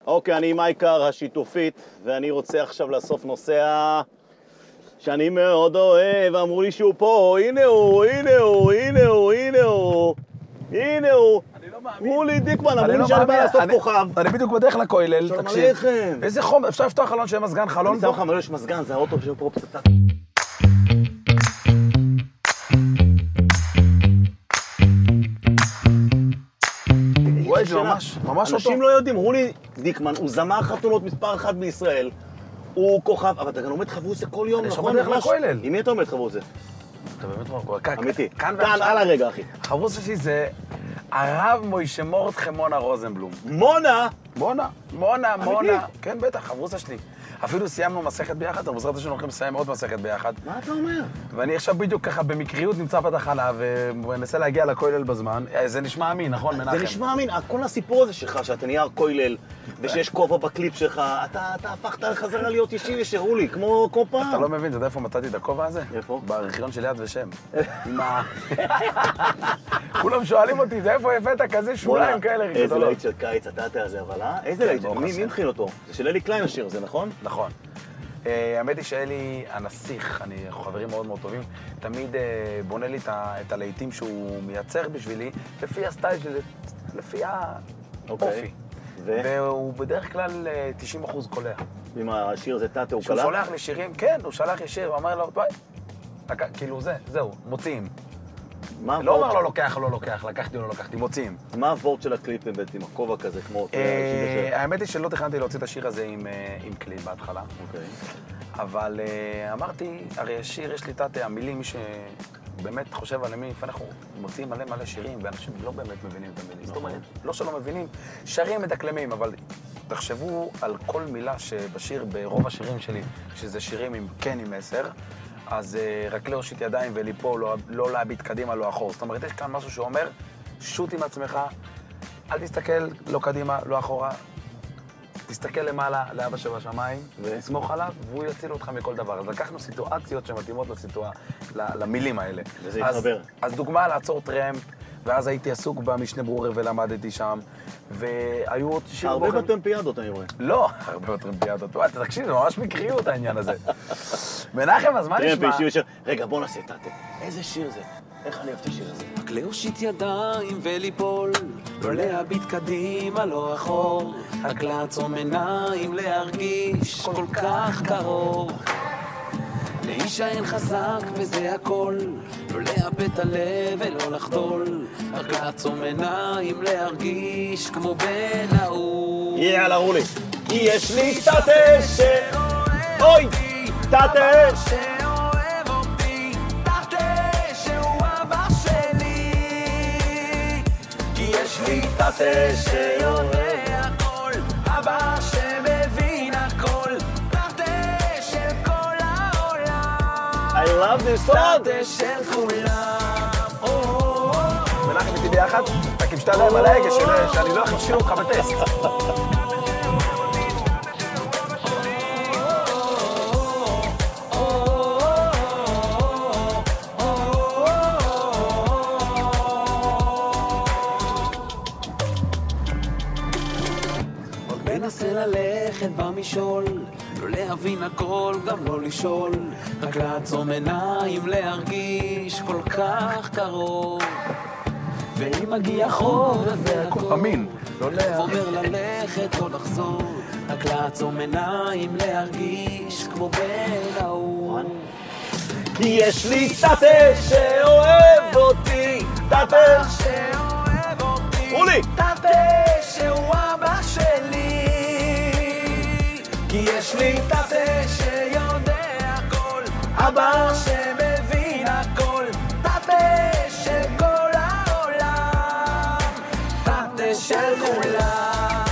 אוקיי, אני עם אייקר השיתופית, ואני רוצה עכשיו לאסוף נוסע שאני מאוד אוהב. אמרו לי שהוא פה, הנה הוא, הנה הוא, הנה הוא, הנה הוא, הנה הוא. אני לא מאמין. אמרו לי דיקמן, אמרו לי שאני בא לאסוף כוכב. אני בדיוק בדרך לכולל, שלום תקשיב. עליכם. איזה חום, אפשר לפתוח חלון שיהיה מזגן חלון? אני שם לך, אבל יש מזגן, זה האוטו שיהיה פה פצצה. וואי, זה ממש אותו. אנשים לא יודעים, אמרו לי, דיקמן, הוא זמר חתונות מספר 1 בישראל. הוא כוכב, אבל אתה גם עומד חבוסה כל יום, נכון? אני בדרך לכולל. עם מי אתה עומד חבוסה? אתה באמת אומר, אמיתי. כאן על הרגע, אחי. החבוסה שלי זה הרב מוישה מורדכי מונה רוזנבלום. מונה? מונה. אמיתי? כן, בטח, חבוסה שלי. אפילו סיימנו מסכת ביחד, אבל בעזרת השם הולכים לסיים עוד מסכת ביחד. מה אתה אומר? ואני עכשיו בדיוק ככה במקריות נמצא בתחנה ומנסה להגיע לכולל בזמן. זה נשמע אמין, נכון, מנחם? זה נשמע אמין, כל הסיפור הזה שלך, שאתה נהיה כולל, ושיש כובע בקליפ שלך, אתה הפכת חזרה להיות ישיר רולי, כמו פעם. אתה לא מבין, אתה יודע איפה מצאתי את הכובע הזה? איפה? בארכיון של יד ושם. כולם שואלים אותי, זה איפה הבאת כזה שוליים כאלה? איזה להיט של קיץ, אתה הזה, אבל איזה להיט? מי מכין אותו? זה של אלי קליין השיר, זה נכון? נכון. האמת היא שאלי הנסיך, אנחנו חברים מאוד מאוד טובים, תמיד בונה לי את הלהיטים שהוא מייצר בשבילי, לפי הסטייל שלי, לפי האופי. והוא בדרך כלל 90% קולע. אם השיר זה תתה, הוא קלע? שהוא שולח לי שירים, כן, הוא שלח לי שיר, הוא אמר לו, כאילו זהו, מוציאים. לא אומר לו לוקח, לא לוקח, לקחתי או לא לקחתי, מוציאים. מה הוורט של הקליפים בעצם, עם הכובע כזה, כמו... האמת היא שלא תכננתי להוציא את השיר הזה עם קליפ בהתחלה. אבל אמרתי, הרי השיר יש לי תתה, המילים, מי שבאמת חושב על מי, אנחנו מוציאים מלא שירים, ואנשים לא באמת מבינים את המילים. זאת אומרת, לא שלא מבינים, שרים מדקלמים, אבל תחשבו על כל מילה שבשיר, ברוב השירים שלי, שזה שירים עם כן עם 10, אז רק להושיט ידיים וליפול, לא להביט קדימה, לא אחור. זאת אומרת, יש כאן משהו שאומר, שוט עם עצמך, אל תסתכל לא קדימה, לא אחורה, תסתכל למעלה, לאבא שבשמיים, וסמוך עליו, והוא יציל אותך מכל דבר. אז לקחנו סיטואציות שמתאימות למילים האלה. וזה יתחבר. אז דוגמה, לעצור טרמפ, ואז הייתי עסוק במשנה ברורר ולמדתי שם, והיו עוד שיר... הרבה בטרמפיאדות, אני רואה. לא, הרבה בטרמפיאדות. תקשיב, זה ממש מקריות העניין הזה. מנחם, אז מה נשמע? רגע, בוא נעשה תתה. איזה שיר זה? איך אני אוהב את השיר הזה? רק להושיט ידיים וליפול, לא להביט קדימה, לא אחור, רק לעצום עיניים, להרגיש כל כך קרוב. להישען חזק וזה הכל, לא לאבד הלב ולא לחדול, רק לעצום עיניים, להרגיש כמו בן האור. יאללה רולי. כי יש לי תתה שאוהב אוי! תתה! שאוהב אותי, תתה שהוא אבא שלי. כי יש לי תתה שיודע הכל, אבא שמבין הכל, תתה של כל העולם. I love this song! תתה של כולם. מנחם איתי ביחד, רק אם שתה להם על ההגה שאני לא אכשיר אותך בטסט. מנסה ללכת במשול, לא להבין הכל, גם לא לשאול, רק לעצום עיניים, להרגיש כל כך קרוב. ואם מגיע חור, זה הכל אמין. אומר ללכת או לחזור, רק לעצום עיניים, להרגיש כמו בן האור. כי יש לי תתה שאוהב אותי, תתה שאוהב אותי, רולי! תתה שהוא אבא שלי. כי יש לי תתה שיודע הכל, אבא שמבין הכל, תתה של כל העולם, תתה של כולם.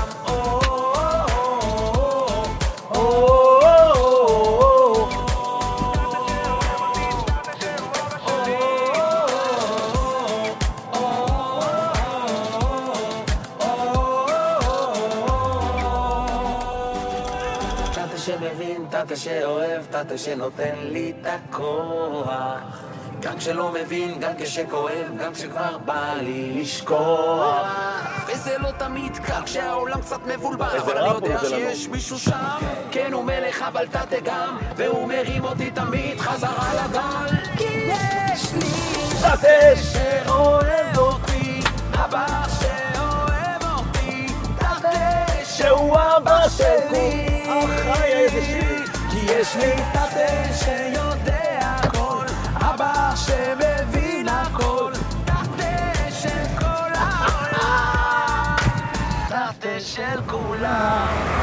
שמבין, תתה שאוהב, תתה שנותן לי את הכוח, גם כשלא מבין, גם כשכואב, גם כשכבר בא לי לשכוח. וזה לא תמיד קל כשהעולם קצת מבולבל, אבל רב אני הוא יודע נותן לנו. שיש מישהו שם, כן הוא מלך אבל תתה גם, והוא מרים אותי תמיד חזרה לגל, כי יש לי תתה שאוהב אותי, אבא שאוהב אותי, תתה שהוא אבא שלי, אחי, איזה שיר. כי יש לי תתה שיודע הכל, אבא שמבין הכל, תתה של כל העולם, תתה של כולם.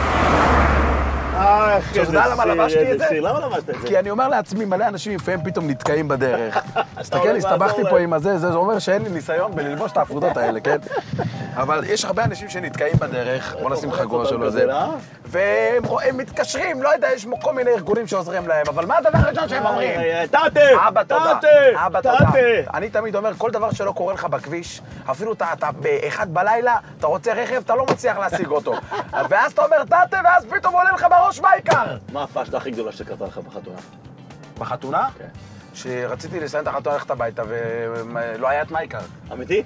אחי, אתה יודע למה לבשתי את זה? למה לבשת את זה? כי אני אומר לעצמי, מלא אנשים לפעמים פתאום נתקעים בדרך. תסתכל, הולך הסתבכתי לעזור פה להם. עם הזה, זה אומר שאין לי ניסיון בללבוש את ההפרודות האלה, כן? אבל יש הרבה אנשים שנתקעים בדרך, בוא נשים לך גרוש שלו זה, והם מתקשרים, לא יודע, יש כל מיני ארגונים שעוזרים להם, אבל מה הדבר הראשון שהם אומרים? תתה! אבא תודה, תתה! אבא תודה. תתה! אני תמיד אומר, כל דבר שלא קורה לך בכביש, אפילו אתה באחד בלילה, אתה רוצה רכב, אתה לא מצליח להשיג אותו. ואז אתה אומר תתה, ואז פתאום עולה לך בראש מה העיקר? מה הפשטה הכי גדולה שקרתה לך בחתונה? בחתונה? כן. שרציתי לסיים את החתונה, ללכת הביתה, ולא היה את מייקר. אמיתי?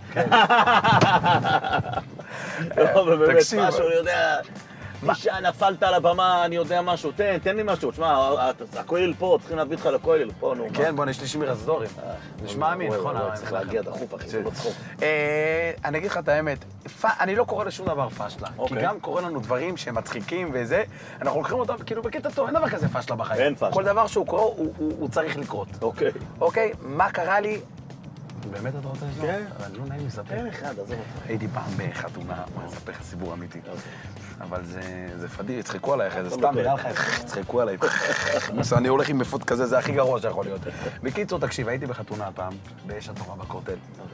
לא, באמת, תקשיב. משהו, אני יודע... אישה, נפלת על הבמה, אני יודע משהו, תן לי משהו, תשמע, הכולל פה, צריכים להביא אותך לכולל, פה, נו. כן, בוא, יש לי שמיר הסדורים. נשמע אמין, נכון? צריך להגיע דחוף, אחי, זה לא צחוק. אני אגיד לך את האמת, אני לא קורא לשום דבר פשלה. כי אוקיי. גם קורא לנו דברים שהם מצחיקים וזה, אנחנו לוקחים אותם כאילו בקטע טוב, אין דבר כזה פשלה בחיים. אין פשלה. כל דבר שהוא קורה, הוא צריך לקרות. אוקיי. אוקיי? מה קרה לי? באמת אתה רוצה לשמוע? כן. אבל לא נעים לספר. אין אחד, עזוב אותך. הייתי פעם בחתונה, אני אספר לך סיפור אמיתי. אוקיי. אבל זה פדיע, יצחקו עליי אחרי זה, לא סתם, מבין. נראה לך, יצחקו עליי. אני הולך עם מפות כזה, זה הכי גרוע שיכול להיות. בקיצור, תקשיב, הייתי בחתונה פעם, באש התורה בכותל,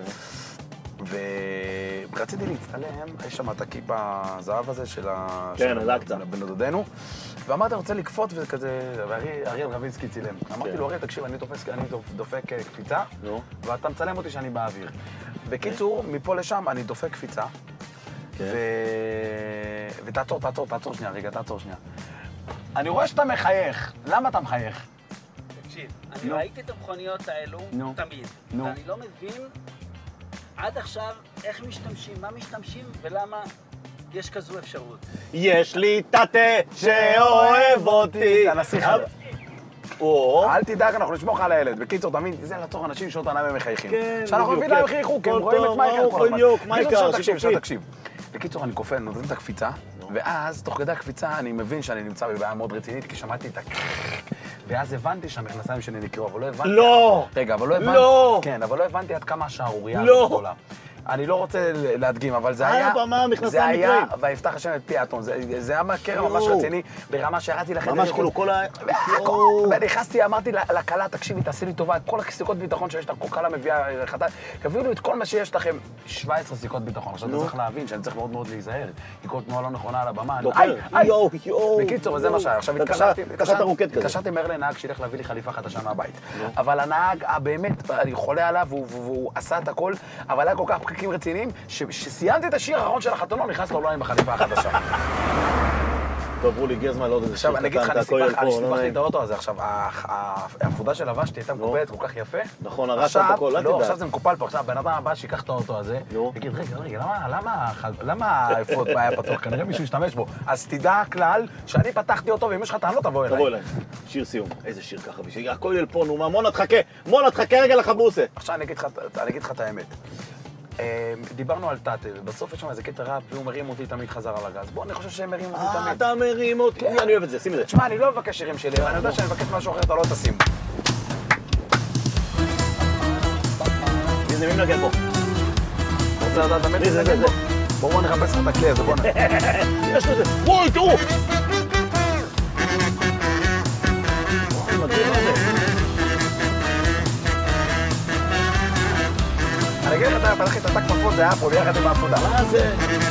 ורציתי להצטלם, יש שם את הכיפה הזהב הזה של כן, אל-אקצא. בן דודנו, ואמרתי, אני רוצה לקפוט וזה כזה, ואריאל רבינסקי צילם. אמרתי לו, אריאל, תקשיב, אני דופק קפיצה, נו. ואתה מצלם אותי שאני באוויר. בקיצור, מפה לשם אני דופק קפיצה, ותעצור שנייה, רגע, תעצור שנייה. אני רואה שאתה מחייך, למה אתה מחייך? תקשיב, אני ראיתי את המכוניות האלו תמיד, ואני לא מבין עד עכשיו איך משתמשים, מה משתמשים ולמה יש כזו אפשרות. יש לי תתה שאוהב אותי. הנסיך הזה. או... אל תדאג, אנחנו נשמור לך על הילד. בקיצור, תמיד, זה לעצור אנשים שעות עיניים הם מחייכים. כן, שאנחנו בדיוק, מבינים להם כן. חייכו, כי הם כל רואים טוב, את מייקר כל הזמן. בדיוק, מייקר, תקשיב, שיתופי. תקשיב. בקיצור, אני קופא, נותן את הקפיצה, ואז, תוך כדי הקפיצה, אני מבין שאני נמצא בבעיה מאוד רצינית, כי שמעתי את ואז הבנתי שהמכנסיים שלי נקראו, אבל לא הבנתי... לא! רגע, אבל לא הבנתי... לא! כן, אבל לא הבנתי עד כמה השערורייה לא! הזאת גדולה. אני לא רוצה להדגים, אבל זה היה... הבמה, המכנסיים זה היה, נקראים. ויפתח השם את פי האתון. זה היה מקר ממש יואו. רציני, ברמה שירדתי לחדר... ממש כאילו כל ה... ונכנסתי, אמרתי לכלה, תקשיבי, תעשי לי טובה, את כל הסיכות ביטחון שיש לך, כל כלה מביאה חטא, תביאו לי את כל מה שיש לכם, 17 סיכות ביטחון. עכשיו אתה צריך להבין שאני צריך מאוד מאוד להיזהר, כי כל תנועה לא נכונה על הבמה. יואו. בקיצור, זה מה שהיה. עכשיו קשת הרוקט כזה. התקשרתי מהר לנהג שילך להביא לי חליפה חדשה מהבית. אבל הנהג, באמת, אני חולה עליו, והוא עשה את הכל, אבל היה כל כך פקקים רציניים, שסיימתי את השיר האחרון של החתונה, הוא נכנס לאוליים בחליפה החדשה. טוב, אמרו לי, גזמן, לא יודע, זה שיר עכשיו, אני אגיד לך, קטן, אני אתה הכולל פה, סיפחתי את האוטו הזה. עכשיו, העבודה של לבשתי הייתה מקופלת כל כך יפה. נכון, הרסת את הכל, אל לא, תדאג. עכשיו זה מקופל פה. עכשיו, בן אדם הבא שיקח את האוטו הזה, יגיד, רגע, למה האפוד היה פתוח? כנראה מישהו השתמש בו. אז תדע כלל שאני פתחתי אותו, ואם יש לך טענות, תבוא אליי. תבוא אליי. שיר סיום. איזה שיר ככה בשביל... הכולל פה, נו, מה, מונה, תחכה רגע לחבוסה. עכשיו אני אגיד לך את האמת. דיברנו על טאטל, ובסוף יש שם איזה קטע ראפ, והוא מרים אותי תמיד חזר על הגז. בוא, אני חושב שהם מרים אותי תמיד. אתה מרים אותי. אני אוהב את זה, שים את זה. תשמע, אני לא מבקש שירים שלי, אבל אני יודע שאני מבקש משהו אחר, אתה לא תשים. מי מנגן פה? רוצה לדעת באמת מי זה? לנגן בו? בואו נחפש לך את הכלי הזה, בוא יש לו את זה. וואי, תראו! וואי, מדהים, מה זה? אני אגיד לך, אתה פתחתי את הטק מפות, זה היה פה ביחד עם העפודה. מה זה?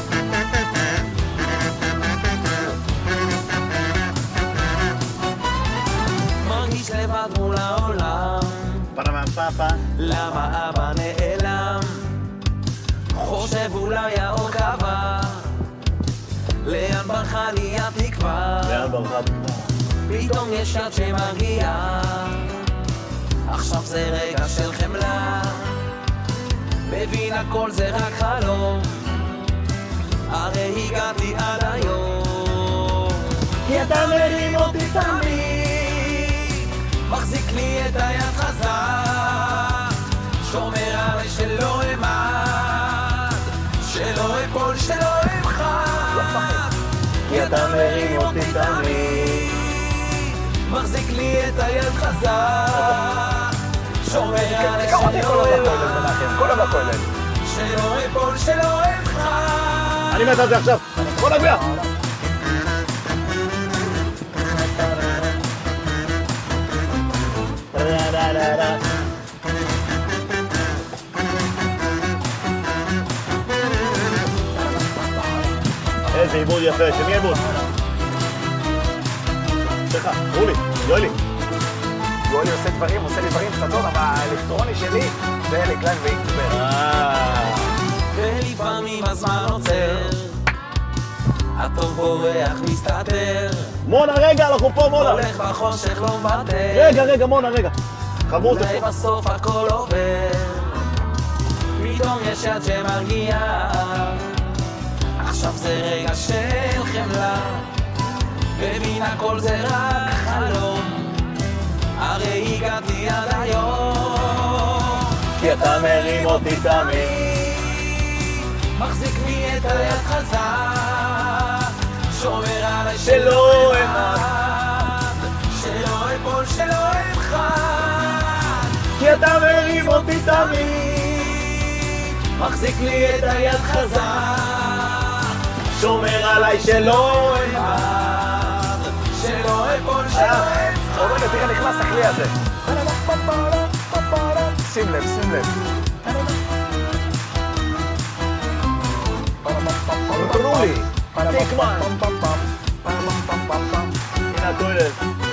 מרגיש לבד מול העולם, פרמפפה. למה אבא נעלם? חושב אולי האור קבע, לאן ברחה לי התקווה? לאן ברחה? פתאום יש יד שמגיעה, עכשיו זה רגע של חמלה, מבין הכל זה רק חלום, הרי הגעתי עד היום. כי אתה מרים אותי תמיד, מחזיק לי את היד חזק, שומר עליי שלא אמעד, שלא אפול, שלא אמחק. כי אתה מרים אותי תמיד, מחזיק לי את היד חזק, שומר עליי שלא אמעד, כל הבכולל. שלא אפול, שלא אמחק. אני מת על זה עכשיו, בוא נגביע! איזה עיבוד יפה, שמי עיבוד? שלך, רולי, יואלי. יואלי עושה לי דברים פצצות, אבל האלקטרוני שלי זה אלי קליין ואיקסבר. ולפעמים הזמן עוצר, הטוב בורח מסתתר, מונה, רגע, אנחנו פה, מונה. הולך בחושך לא מוותר. רגע, מונה, רגע. חמור זה אולי פה. בסוף הכל עובר, פתאום יש יד שמרגיעה, עכשיו זה רגע של חמלה, בבין הכל זה רק חלום, הרי הגעתי עד היום. כי אתה מרים אותי תמיד, מחזיק לי את היד חזק, שומר עליי שלא אמעד, שלא אפול, שלא אמחק. כי אתה מרים אותי תמיד, מחזיק לי את היד חזק, שומר עליי שלא אמעד, שלא אפול, שלא אמחק. רגע, תראה, נכנס הכלי הזה. שים לב. רולי, טיקמן. הנה הכולל.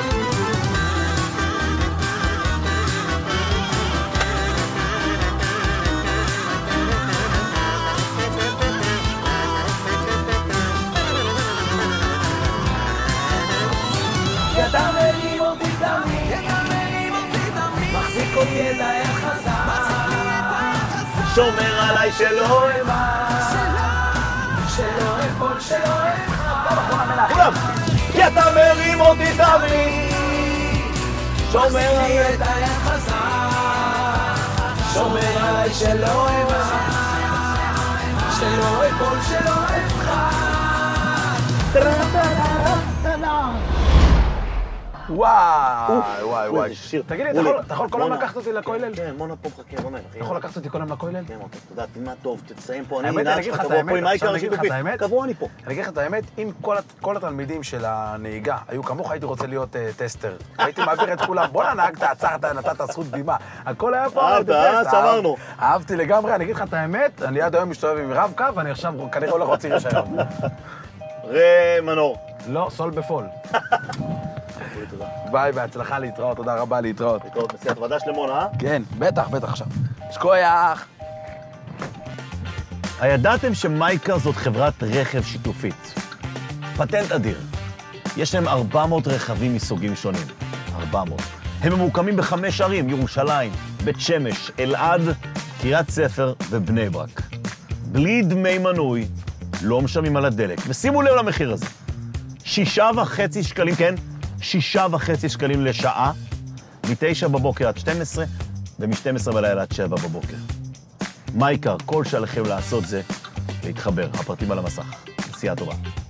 אתה מרים אותי תמיד, מחזיק אותי את היד חזק, שומר עליי שלא אמעד, שלא אפול, שלא אמחק. כולם! כי אתה מרים אותי תמיד, שומר מחזיק עליי. לי את היד חזק, שומר עליי שלא אמעד, שלא אפול, שלא אמחק. וואי. איזה שיר. תגיד לי, אתה יכול כל יום לקחת אותי לכולל? כן, מונה פה מחכה, רונן. אתה יכול לקחת אותי כל יום לכולל? כן, אתה יודע, תלמד טוב, תסיים פה. האמת, אני אגיד לך את תבוא פה עם האמת, מייקר עכשיו אני אגיד לך את השיתופי. האמת. קבוע אני פה. אני אגיד לך את האמת, אם כל התלמידים של הנהיגה היו כמוך, הייתי רוצה להיות טסטר. הייתי מעביר את כולם, בוא'נה, נהגת, עצרת, נתת זכות בימה. הכל היה פה. סברנו. אהבתי לגמרי, אני אגיד לך את האמת, אני עד היום מסתובב עם רב קו, ואני עכשיו כנראה הולך להוציא רישיון. מנור. לא, סול בפול. תודה. ביי, בהצלחה להתראות, תודה רבה להתראות. להתראות נסיעת ועדה של מונה, כן, בטח עכשיו. שכוייח. הידעתם שמייקר זאת חברת רכב שיתופית? פטנט אדיר. יש להם 400 רכבים מסוגים שונים. 400. הם ממוקמים ב5 ערים, ירושלים, בית שמש, אלעד, קריית ספר ובני ברק. בלי דמי מנוי, לא משלמים על הדלק. ושימו לב למחיר הזה. 6.5 שקלים, כן? 6.5 שקלים לשעה, מ-9 בבוקר עד 12, ומ-12 בלילה עד 7 בבוקר. מייקר, כל שעליכם לעשות זה להתחבר. הפרטים על המסך. נסיעה טובה.